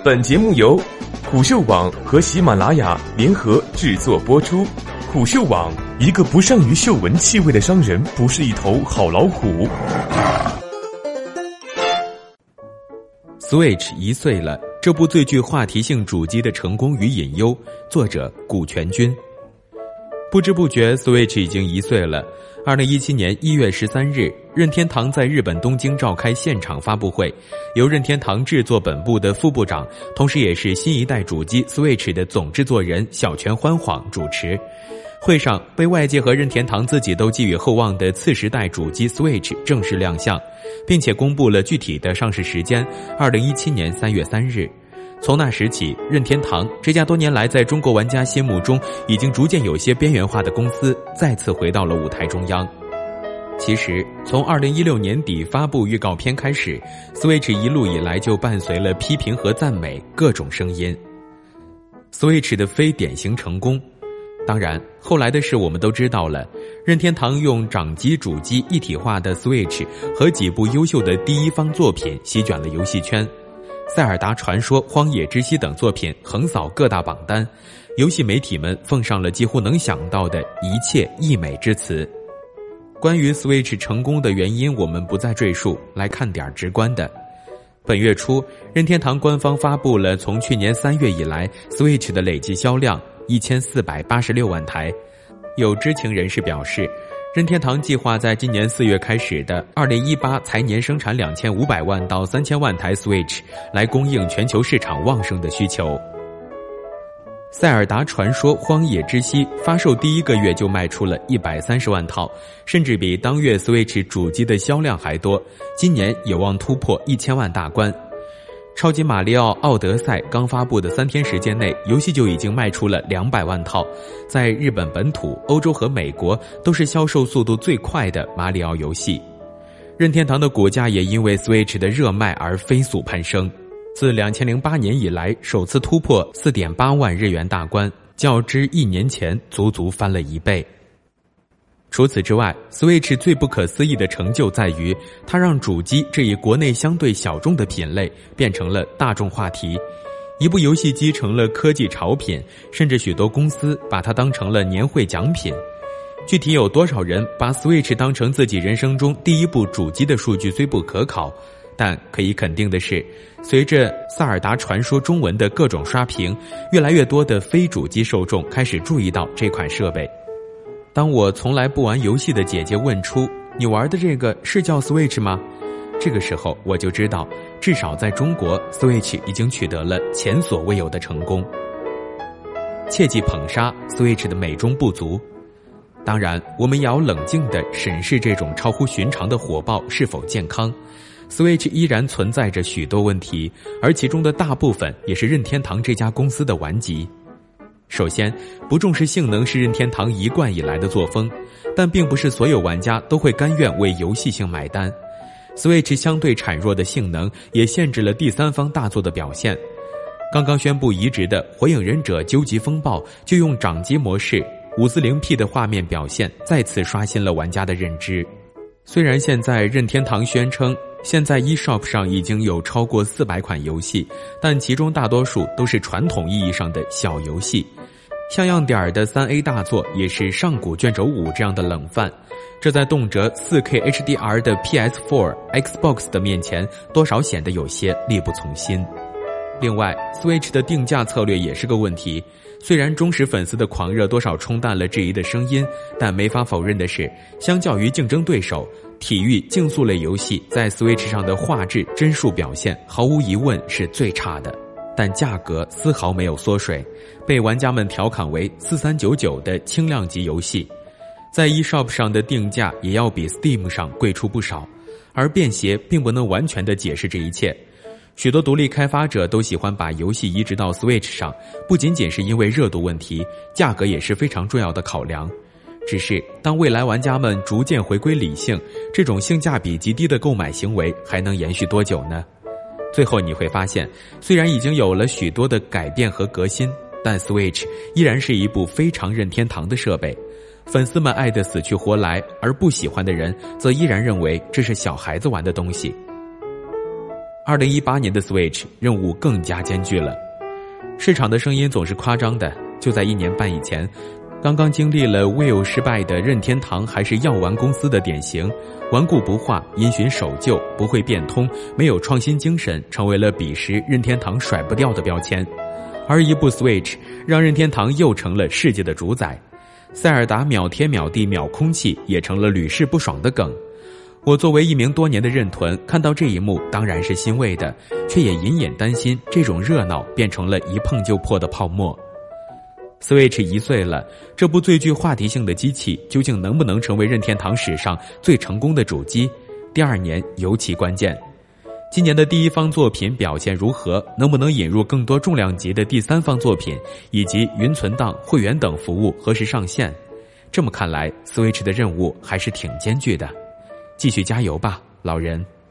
本节目由虎嗅网和喜马拉雅联合制作播出。虎嗅网：一个不善于嗅闻气味的商人不是一头好老虎。 Switch 1岁了，这部最具话题性主机的成功与隐忧，作者古全军。不知不觉 Switch 已经1岁了。2017年1月13日，任天堂在日本东京召开现场发布会，由任天堂制作本部的副部长，同时也是新一代主机 Switch 的总制作人小泉欢晃主持。会上，被外界和任天堂自己都寄予厚望的次时代主机 Switch 正式亮相，并且公布了具体的上市时间，2017年3月3日。从那时起，任天堂这家多年来在中国玩家心目中已经逐渐有些边缘化的公司，再次回到了舞台中央。其实，从2016年底发布预告片开始， Switch 一路以来就伴随了批评和赞美各种声音。Switch 的非典型成功，当然后来的事我们都知道了，任天堂用掌机主机一体化的 Switch 和几部优秀的第一方作品席卷了游戏圈，塞尔达传说、荒野之息等作品横扫各大榜单，游戏媒体们奉上了几乎能想到的一切溢美之词。关于 Switch 成功的原因我们不再赘述，来看点直观的。本月初，任天堂官方发布了从去年3月以来 Switch 的累计销量1486万台。有知情人士表示，任天堂计划在今年4月开始的2018财年生产2500万到3000万台 Switch 来供应全球市场旺盛的需求。塞尔达传说荒野之息发售第一个月就卖出了130万套，甚至比当月 Switch 主机的销量还多，今年有望突破1000万大关。超级马里奥奥德赛刚发布的3天时间内，游戏就已经卖出了200万套，在日本本土、欧洲和美国都是销售速度最快的马里奥游戏。任天堂的股价也因为 Switch 的热卖而飞速攀升，自2008年以来首次突破 4.8 万日元大关，较之1年前足足翻了1倍。除此之外， Switch 最不可思议的成就在于，它让主机这一国内相对小众的品类变成了大众话题。一部游戏机成了科技潮品，甚至许多公司把它当成了年会奖品。具体有多少人把 Switch 当成自己人生中第一部主机的数据虽不可考，但可以肯定的是，随着塞尔达传说中文的各种刷屏，越来越多的非主机受众开始注意到这款设备。当我从来不玩游戏的姐姐问出你玩的这个是叫 Switch 吗？这个时候我就知道，至少在中国 Switch 已经取得了前所未有的成功。切忌捧杀 Switch 的美中不足，当然我们也要冷静地审视这种超乎寻常的火爆是否健康。 Switch 依然存在着许多问题，而其中的大部分也是任天堂这家公司的顽疾。首先，不重视性能是任天堂一贯以来的作风，但并不是所有玩家都会甘愿为游戏性买单。Switch 相对孱弱的性能也限制了第三方大作的表现。刚刚宣布移植的《火影忍者究极风暴》就用掌机模式 540P 的画面表现再次刷新了玩家的认知。虽然现在任天堂宣称现在 eShop 上已经有超过400款游戏，但其中大多数都是传统意义上的小游戏。像样点的 3A 大作也是上古卷轴5这样的冷饭，这在动辄 4K HDR 的 PS4、Xbox 的面前多少显得有些力不从心。另外 Switch 的定价策略也是个问题，虽然忠实粉丝的狂热多少冲淡了质疑的声音，但没法否认的是，相较于竞争对手，体育竞速类游戏在 Switch 上的画质帧数表现毫无疑问是最差的，但价格丝毫没有缩水，被玩家们调侃为4399的轻量级游戏。在 eShop 上的定价也要比 Steam 上贵出不少，而便携并不能完全的解释这一切。许多独立开发者都喜欢把游戏移植到 Switch 上，不仅仅是因为热度问题，价格也是非常重要的考量。只是当未来玩家们逐渐回归理性，这种性价比极低的购买行为还能延续多久呢？最后你会发现，虽然已经有了许多的改变和革新，但 Switch 依然是一部非常任天堂的设备。粉丝们爱得死去活来，而不喜欢的人则依然认为这是小孩子玩的东西。 2018年的 Switch 任务更加艰巨了。市场的声音总是夸张的，就在1年半以前，刚刚经历了 Wii 失败的任天堂还是药丸公司的典型，顽固不化，因循守旧，不会变通，没有创新精神，成为了彼时任天堂甩不掉的标签。而一部 Switch 让任天堂又成了世界的主宰，塞尔达秒天秒地秒空气也成了屡试不爽的梗。我作为一名多年的任屯，看到这一幕当然是欣慰的，却也隐隐担心这种热闹变成了一碰就破的泡沫。Switch 1岁了，这部最具话题性的机器究竟能不能成为任天堂史上最成功的主机？第2年尤其关键。今年的第1方作品表现如何？能不能引入更多重量级的第3方作品？以及云存档、会员等服务何时上线？这么看来 ，Switch 的任务还是挺艰巨的。继续加油吧，老人。